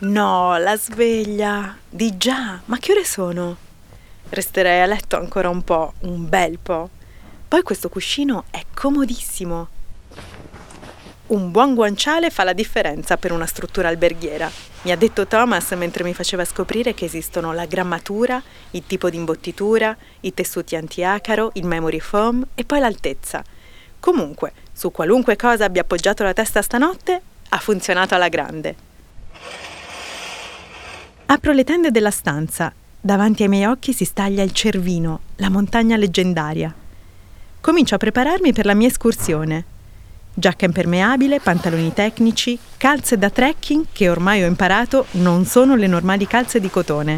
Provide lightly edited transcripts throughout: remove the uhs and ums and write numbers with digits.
No, la sveglia. Di già, ma che ore sono? Resterei a letto ancora un po', un bel po'. Poi questo cuscino è comodissimo. Un buon guanciale fa la differenza per una struttura alberghiera. Mi ha detto Thomas mentre mi faceva scoprire che esistono la grammatura, il tipo di imbottitura, i tessuti antiacaro, il memory foam e poi l'altezza. Comunque, su qualunque cosa abbia appoggiato la testa stanotte, ha funzionato alla grande. Apro le tende della stanza. Davanti ai miei occhi si staglia il Cervino, la montagna leggendaria. Comincio a prepararmi per la mia escursione. Giacca impermeabile, pantaloni tecnici, calze da trekking che ormai ho imparato non sono le normali calze di cotone.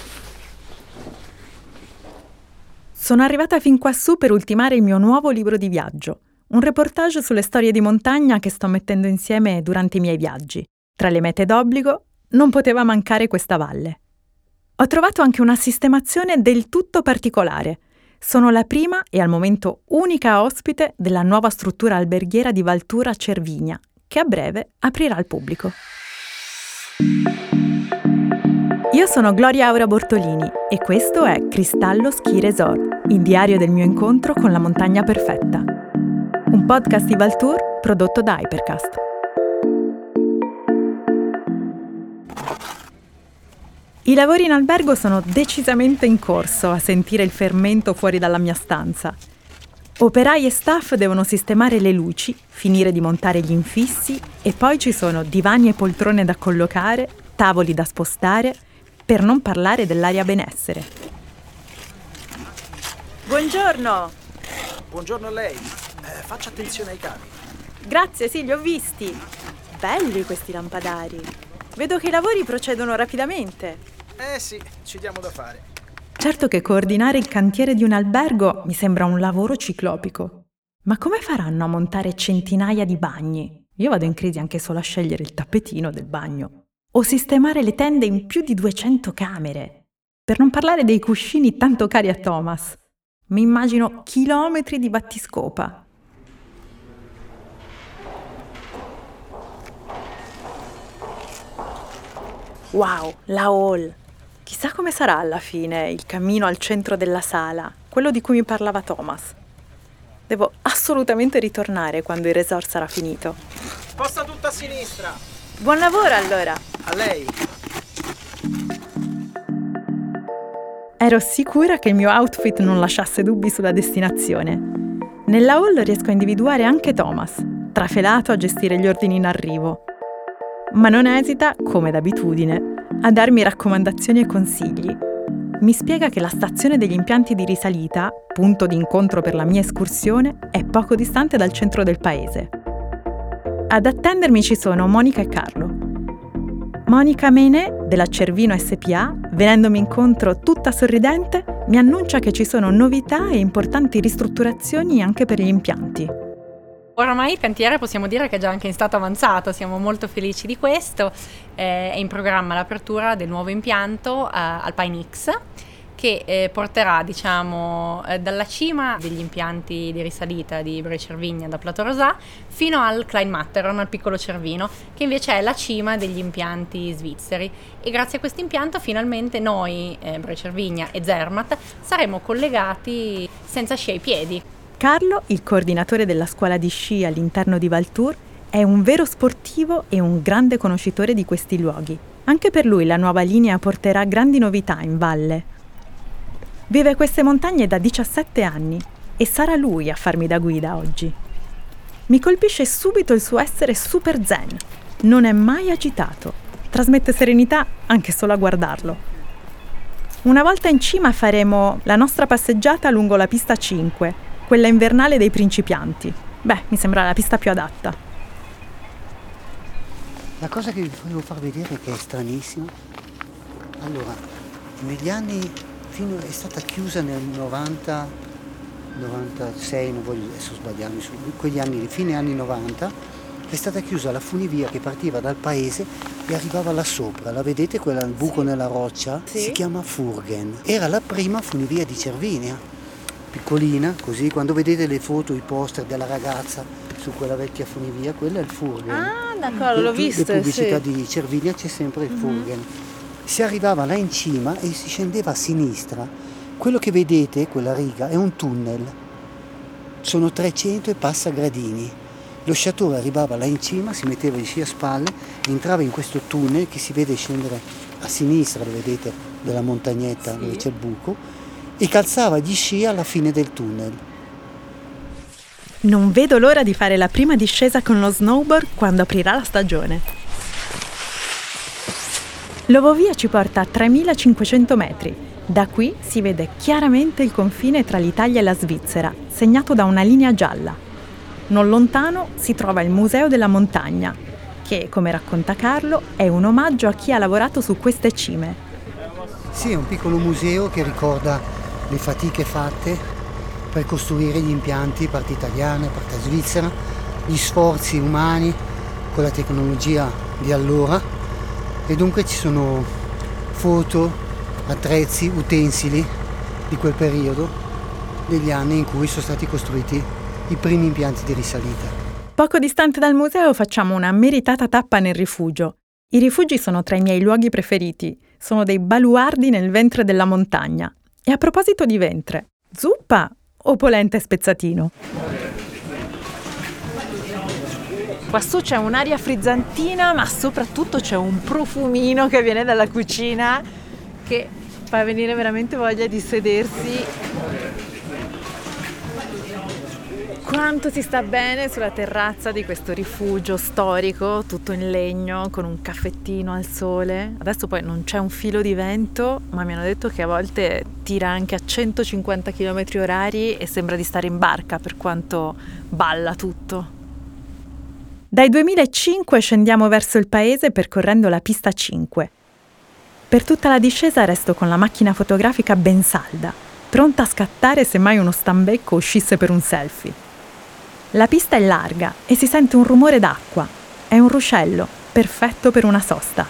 Sono arrivata fin quassù per ultimare il mio nuovo libro di viaggio, un reportage sulle storie di montagna che sto mettendo insieme durante i miei viaggi. Tra le mete d'obbligo non poteva mancare questa valle. Ho trovato anche una sistemazione del tutto particolare. Sono la prima e al momento unica ospite della nuova struttura alberghiera di Valtura Cervinia, che a breve aprirà al pubblico. Io sono Gloria Aura Bortolini e questo è Cristallo Ski Resort, il diario del mio incontro con la montagna perfetta. Un podcast di Valtour prodotto da Hypercast. I lavori in albergo sono decisamente in corso a sentire il fermento fuori dalla mia stanza. Operai e staff devono sistemare le luci, finire di montare gli infissi e poi ci sono divani e poltrone da collocare, tavoli da spostare, per non parlare dell'area benessere. Buongiorno! Buongiorno a lei. Faccia attenzione ai cavi. Grazie, sì, li ho visti. Belli questi lampadari. Vedo che i lavori procedono rapidamente. Sì, ci diamo da fare. Certo che coordinare il cantiere di un albergo mi sembra un lavoro ciclopico. Ma come faranno a montare centinaia di bagni? Io vado in crisi anche solo a scegliere il tappetino del bagno. O sistemare le tende in più di 200 camere. Per non parlare dei cuscini tanto cari a Thomas. Mi immagino chilometri di battiscopa. Wow, la hall! Chissà come sarà alla fine il cammino al centro della sala, quello di cui mi parlava Thomas. Devo assolutamente ritornare quando il resort sarà finito. Sposta tutto a sinistra. Buon lavoro allora! A lei. Ero sicura che il mio outfit non lasciasse dubbi sulla destinazione. Nella hall riesco a individuare anche Thomas, trafelato a gestire gli ordini in arrivo. Ma non esita, come d'abitudine, a darmi raccomandazioni e consigli. Mi spiega che la stazione degli impianti di risalita, punto di incontro per la mia escursione, è poco distante dal centro del paese. Ad attendermi ci sono Monica e Carlo. Monica Mene, della Cervino SPA, venendomi incontro tutta sorridente, mi annuncia che ci sono novità e importanti ristrutturazioni anche per gli impianti. Oramai il cantiere possiamo dire che è già anche in stato avanzato, siamo molto felici di questo. È in programma l'apertura del nuovo impianto Alpine X che porterà dalla cima degli impianti di risalita di Bre Cervinia da Plateau Rosà fino al Klein Matterhorn, al piccolo Cervino, che invece è la cima degli impianti svizzeri. E grazie a questo impianto finalmente noi, Bre Cervinia e Zermatt, saremo collegati senza sci ai piedi. Carlo, il coordinatore della scuola di sci all'interno di Valtour, è un vero sportivo e un grande conoscitore di questi luoghi. Anche per lui la nuova linea porterà grandi novità in valle. Vive queste montagne da 17 anni e sarà lui a farmi da guida oggi. Mi colpisce subito il suo essere super zen. Non è mai agitato. Trasmette serenità anche solo a guardarlo. Una volta in cima faremo la nostra passeggiata lungo la pista 5, quella invernale dei principianti. Beh, mi sembra la pista più adatta. La cosa che vi volevo far vedere che è stranissima. Allora, negli anni, è stata chiusa nel 90, 96, non voglio adesso sbagliarmi, su quegli anni, fine anni 90, è stata chiusa la funivia che partiva dal paese e arrivava là sopra. La vedete quella il buco nella roccia? Sì. Si chiama Furgen. Era la prima funivia di Cervinia. Piccolina, così, quando vedete le foto, i poster della ragazza su quella vecchia funivia, quella è il Furgen. Ah, d'accordo, l'ho visto. Le pubblicità sì. di Cervinia c'è sempre il Furgen. Si arrivava là in cima e si scendeva a sinistra. Quello che vedete, quella riga, è un tunnel. Sono 300 e passa gradini. Lo sciatore arrivava là in cima, si metteva gli sci a spalle, entrava in questo tunnel che si vede scendere a sinistra, lo vedete, della montagnetta dove c'è il buco, e calzava gli sci alla fine del tunnel. Non vedo l'ora di fare la prima discesa con lo snowboard quando aprirà la stagione. L'Ovovia ci porta a 3.500 metri. Da qui si vede chiaramente il confine tra l'Italia e la Svizzera, segnato da una linea gialla. Non lontano si trova il Museo della Montagna, che, come racconta Carlo, è un omaggio a chi ha lavorato su queste cime. Sì, è un piccolo museo che ricorda le fatiche fatte per costruire gli impianti, parte italiana, parte svizzera, gli sforzi umani con la tecnologia di allora, e dunque ci sono foto, attrezzi, utensili di quel periodo, degli anni in cui sono stati costruiti i primi impianti di risalita. Poco distante dal museo facciamo una meritata tappa nel rifugio. I rifugi sono tra i miei luoghi preferiti, sono dei baluardi nel ventre della montagna. E a proposito di ventre, zuppa o polenta e spezzatino? Quassù c'è un'aria frizzantina, ma soprattutto c'è un profumino che viene dalla cucina che fa venire veramente voglia di sedersi. Quanto si sta bene sulla terrazza di questo rifugio storico, tutto in legno, con un caffettino al sole. Adesso poi non c'è un filo di vento, ma mi hanno detto che a volte tira anche a 150 km/h e sembra di stare in barca per quanto balla tutto. Dai 2005 scendiamo verso il paese percorrendo la pista 5. Per tutta la discesa resto con la macchina fotografica ben salda, pronta a scattare se mai uno stambecco uscisse per un selfie. La pista è larga e si sente un rumore d'acqua. È un ruscello, perfetto per una sosta.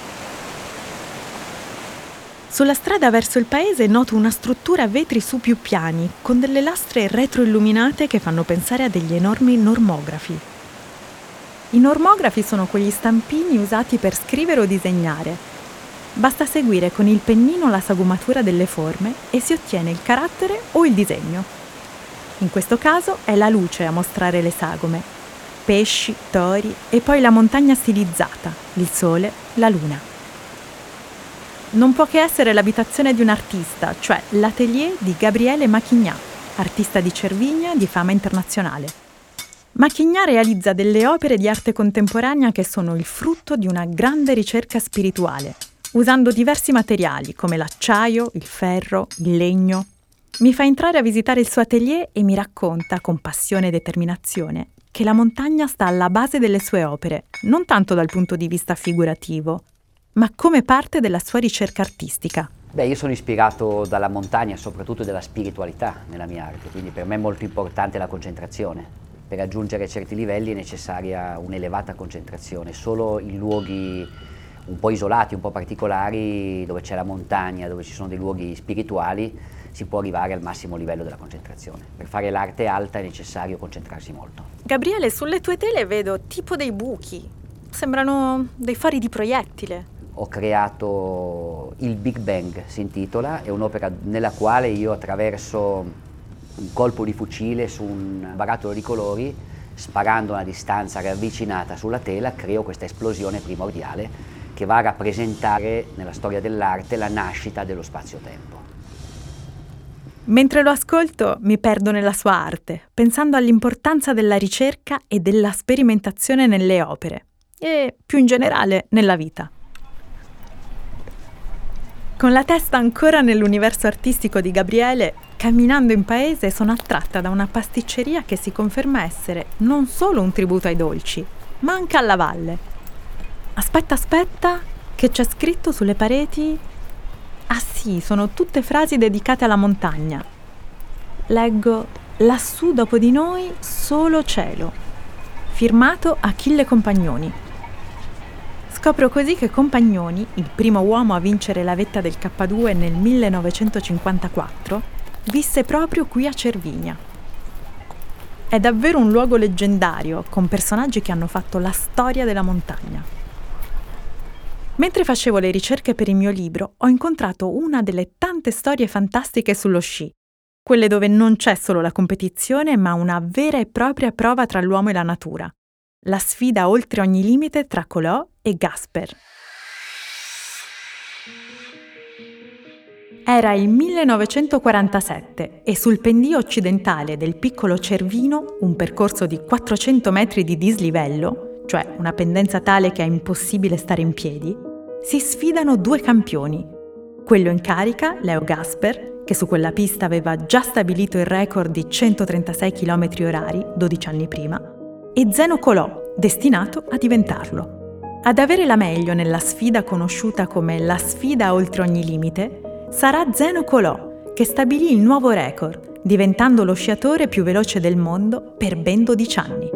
Sulla strada verso il paese noto una struttura a vetri su più piani, con delle lastre retroilluminate che fanno pensare a degli enormi normografi. I normografi sono quegli stampini usati per scrivere o disegnare. Basta seguire con il pennino la sagomatura delle forme e si ottiene il carattere o il disegno. In questo caso è la luce a mostrare le sagome. Pesci, tori e poi la montagna stilizzata, il sole, la luna. Non può che essere l'abitazione di un artista, cioè l'atelier di Gabriele Machignat, artista di Cervinia di fama internazionale. Machignat realizza delle opere di arte contemporanea che sono il frutto di una grande ricerca spirituale, usando diversi materiali come l'acciaio, il ferro, il legno. Mi fa entrare a visitare il suo atelier e mi racconta, con passione e determinazione, che la montagna sta alla base delle sue opere, non tanto dal punto di vista figurativo, ma come parte della sua ricerca artistica. Io sono ispirato dalla montagna, soprattutto dalla spiritualità nella mia arte, quindi per me è molto importante la concentrazione. Per raggiungere certi livelli è necessaria un'elevata concentrazione. Solo in luoghi un po' isolati, un po' particolari, dove c'è la montagna, dove ci sono dei luoghi spirituali, si può arrivare al massimo livello della concentrazione. Per fare l'arte alta è necessario concentrarsi molto. Gabriele, sulle tue tele vedo tipo dei buchi. Sembrano dei fori di proiettile. Ho creato il Big Bang, si intitola, è un'opera nella quale io attraverso un colpo di fucile su un barattolo di colori, sparando a una distanza ravvicinata sulla tela, creo questa esplosione primordiale che va a rappresentare nella storia dell'arte la nascita dello spazio-tempo. Mentre lo ascolto mi perdo nella sua arte, pensando all'importanza della ricerca e della sperimentazione nelle opere e, più in generale, nella vita. Con la testa ancora nell'universo artistico di Gabriele, camminando in paese sono attratta da una pasticceria che si conferma essere non solo un tributo ai dolci, ma anche alla valle. Aspetta, che c'è scritto sulle pareti? Ah sì, sono tutte frasi dedicate alla montagna. Leggo: lassù dopo di noi solo cielo. Firmato Achille Compagnoni. Scopro così che Compagnoni, il primo uomo a vincere la vetta del K2 nel 1954, visse proprio qui a Cervinia. È davvero un luogo leggendario, con personaggi che hanno fatto la storia della montagna. Mentre facevo le ricerche per il mio libro, ho incontrato una delle tante storie fantastiche sullo sci, quelle dove non c'è solo la competizione, ma una vera e propria prova tra l'uomo e la natura. La sfida oltre ogni limite tra Collò e Gasper. Era il 1947 e sul pendio occidentale del piccolo Cervino, un percorso di 400 metri di dislivello, cioè una pendenza tale che è impossibile stare in piedi, si sfidano due campioni. Quello in carica, Leo Gasper, che su quella pista aveva già stabilito il record di 136 km/h 12 anni prima, e Zeno Collò, destinato a diventarlo. Ad avere la meglio nella sfida conosciuta come la sfida oltre ogni limite sarà Zeno Collò, che stabilì il nuovo record, diventando lo sciatore più veloce del mondo per ben 12 anni.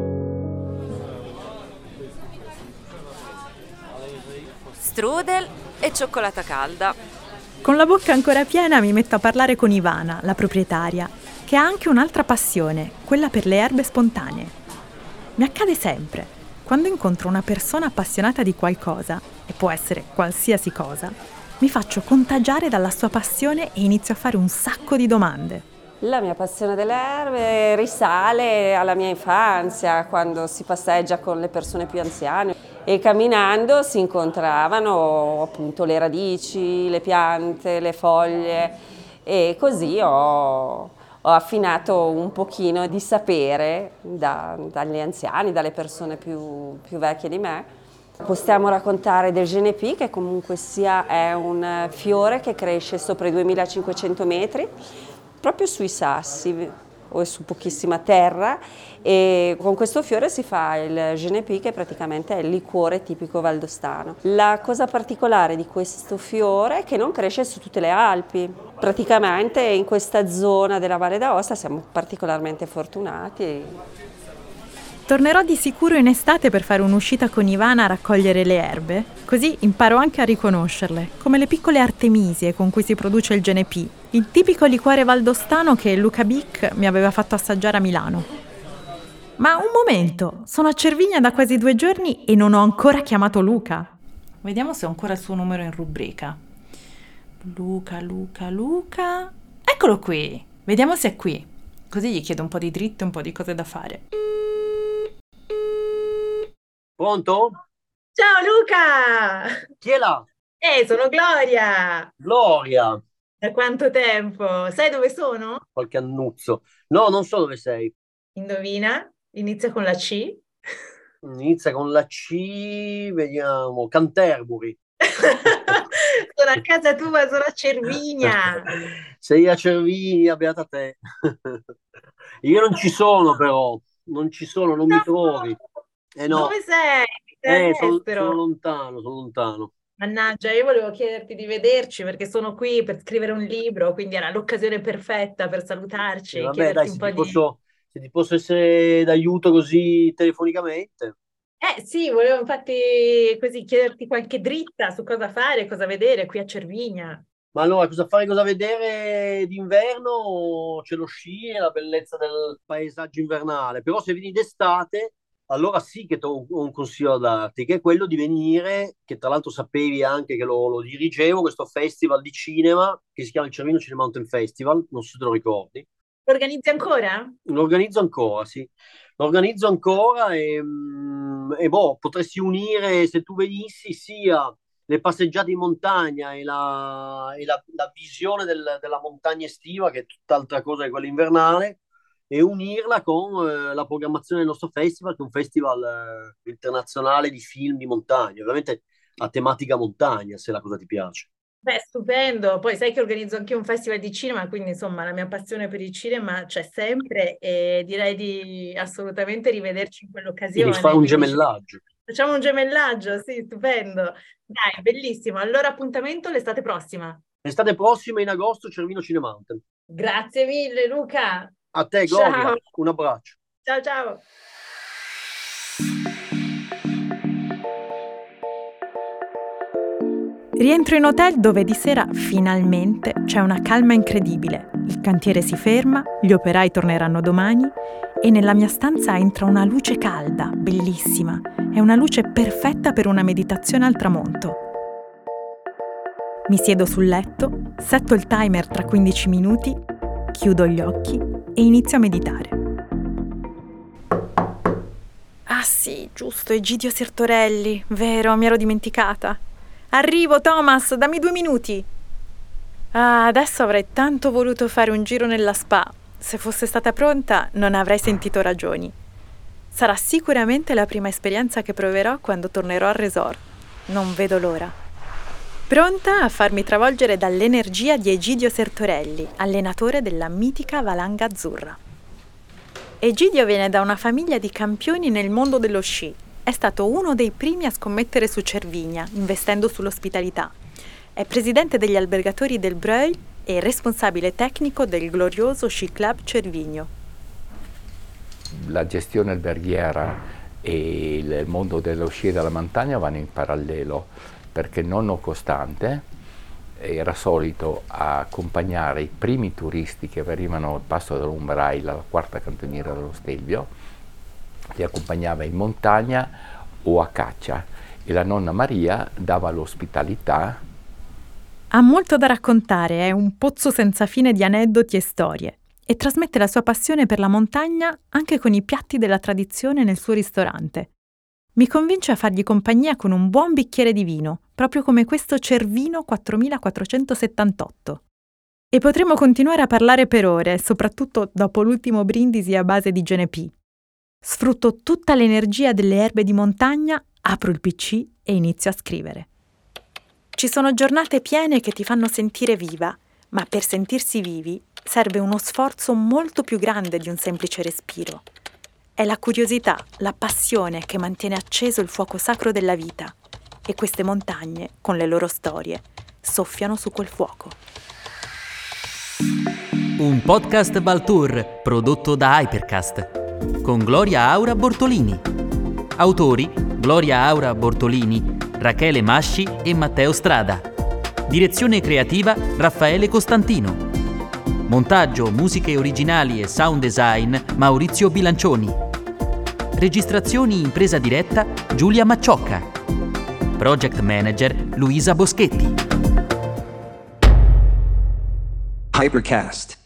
Strudel e cioccolata calda. Con la bocca ancora piena mi metto a parlare con Ivana, la proprietaria, che ha anche un'altra passione, quella per le erbe spontanee. Mi accade sempre, quando incontro una persona appassionata di qualcosa, e può essere qualsiasi cosa, mi faccio contagiare dalla sua passione e inizio a fare un sacco di domande. La mia passione delle erbe risale alla mia infanzia, quando si passeggia con le persone più anziane e camminando si incontravano appunto le radici, le piante, le foglie, e così ho affinato un pochino di sapere dagli anziani, dalle persone più vecchie di me. Possiamo raccontare del Genépi, che comunque sia è un fiore che cresce sopra i 2500 metri, proprio sui sassi o su pochissima terra, e con questo fiore si fa il Genépi, che praticamente è il liquore tipico valdostano. La cosa particolare di questo fiore è che non cresce su tutte le Alpi. Praticamente in questa zona della Valle d'Aosta siamo particolarmente fortunati. Tornerò di sicuro in estate per fare un'uscita con Ivana a raccogliere le erbe, così imparo anche a riconoscerle, come le piccole artemisie con cui si produce il Genépi, il tipico liquore valdostano che Luca Bic mi aveva fatto assaggiare a Milano. Ma un momento, sono a Cervinia da quasi 2 giorni e non ho ancora chiamato Luca. Vediamo se ho ancora il suo numero in rubrica. Luca. Eccolo qui, vediamo se è qui. Così gli chiedo un po' di dritte e un po' di cose da fare. Pronto? Ciao Luca! Chi è là? Sono Gloria! Gloria. Da quanto tempo? Sai dove sono? Qualche annuzzo. No, non so dove sei. Indovina? Inizia con la C. Inizia con la C, vediamo, Canterbury. Sono a casa tua, sono a Cervinia. Sei a Cervinia, beata te. Io non ci sono però, non mi trovi. No. Dove sei? Sei sono lontano. Mannaggia, io volevo chiederti di vederci perché sono qui per scrivere un libro, quindi era l'occasione perfetta per salutarci. Vabbè, dai, se ti posso essere d'aiuto così telefonicamente. Sì, volevo infatti così chiederti qualche dritta su cosa fare, cosa vedere qui a Cervinia. Ma allora, cosa fare, cosa vedere d'inverno? C'è lo sci e la bellezza del paesaggio invernale, però se vieni d'estate, allora sì che ho un consiglio da darti, che è quello di venire, che tra l'altro sapevi anche che lo dirigevo, questo festival di cinema, che si chiama il Cervino Cinema Mountain Festival, non so se te lo ricordi. Lo organizzi ancora? Lo organizzo ancora, sì. Lo organizzo ancora e potresti unire, se tu venissi, sia le passeggiate in montagna e la visione della montagna estiva, che è tutt'altra cosa che quella invernale, e unirla con la programmazione del nostro festival, che è un festival internazionale di film di montagna, ovviamente a tematica montagna, se la cosa ti piace. Beh, stupendo. Poi sai che organizzo anche un festival di cinema, quindi insomma la mia passione per il cinema c'è sempre e direi di assolutamente rivederci in quell'occasione. Devi fare un gemellaggio. Facciamo un gemellaggio, sì, stupendo. Dai, bellissimo. Allora appuntamento l'estate prossima. L'estate prossima, in agosto, Cervino Cinema Mountain. Grazie mille, Luca. A te, Gloria. Ciao. Un abbraccio. Ciao, ciao. Rientro in hotel dove di sera finalmente c'è una calma incredibile. Il cantiere si ferma, gli operai torneranno domani e nella mia stanza entra una luce calda, bellissima. È una luce perfetta per una meditazione al tramonto. Mi siedo sul letto, setto il timer tra 15 minuti, chiudo gli occhi e inizio a meditare. Ah sì, giusto, Egidio Sertorelli, vero, mi ero dimenticata. Arrivo, Thomas, dammi 2 minuti. Ah, adesso avrei tanto voluto fare un giro nella spa. Se fosse stata pronta, non avrei sentito ragioni. Sarà sicuramente la prima esperienza che proverò quando tornerò al resort. Non vedo l'ora. Pronta a farmi travolgere dall'energia di Egidio Sertorelli, allenatore della mitica Valanga Azzurra. Egidio viene da una famiglia di campioni nel mondo dello sci. È stato uno dei primi a scommettere su Cervinia, investendo sull'ospitalità. È presidente degli albergatori del Breuil e responsabile tecnico del glorioso Sci Club Cervigno. La gestione alberghiera e il mondo dello sci e della montagna vanno in parallelo, perché nonno Costante era solito accompagnare i primi turisti che venivano al passo dell'Umbrai, la quarta cantoniera dello Stelvio, li accompagnava in montagna o a caccia, e la nonna Maria dava l'ospitalità. Ha molto da raccontare, è un pozzo senza fine di aneddoti e storie, e trasmette la sua passione per la montagna anche con i piatti della tradizione nel suo ristorante. Mi convince a fargli compagnia con un buon bicchiere di vino, proprio come questo Cervino 4478. E potremo continuare a parlare per ore, soprattutto dopo l'ultimo brindisi a base di Genepi. Sfrutto tutta l'energia delle erbe di montagna, apro il PC e inizio a scrivere. Ci sono giornate piene che ti fanno sentire viva, ma per sentirsi vivi serve uno sforzo molto più grande di un semplice respiro. È la curiosità, la passione che mantiene acceso il fuoco sacro della vita, e queste montagne, con le loro storie, soffiano su quel fuoco. Un podcast Baltour prodotto da Hypercast con Gloria Aura Bortolini. Autori Gloria Aura Bortolini, Rachele Masci e Matteo Strada. Direzione creativa Raffaele Costantino. Montaggio, musiche originali e sound design Maurizio Bilancioni. Registrazioni in presa diretta Giulia Macciocca. Project Manager Luisa Boschetti. Hypercast.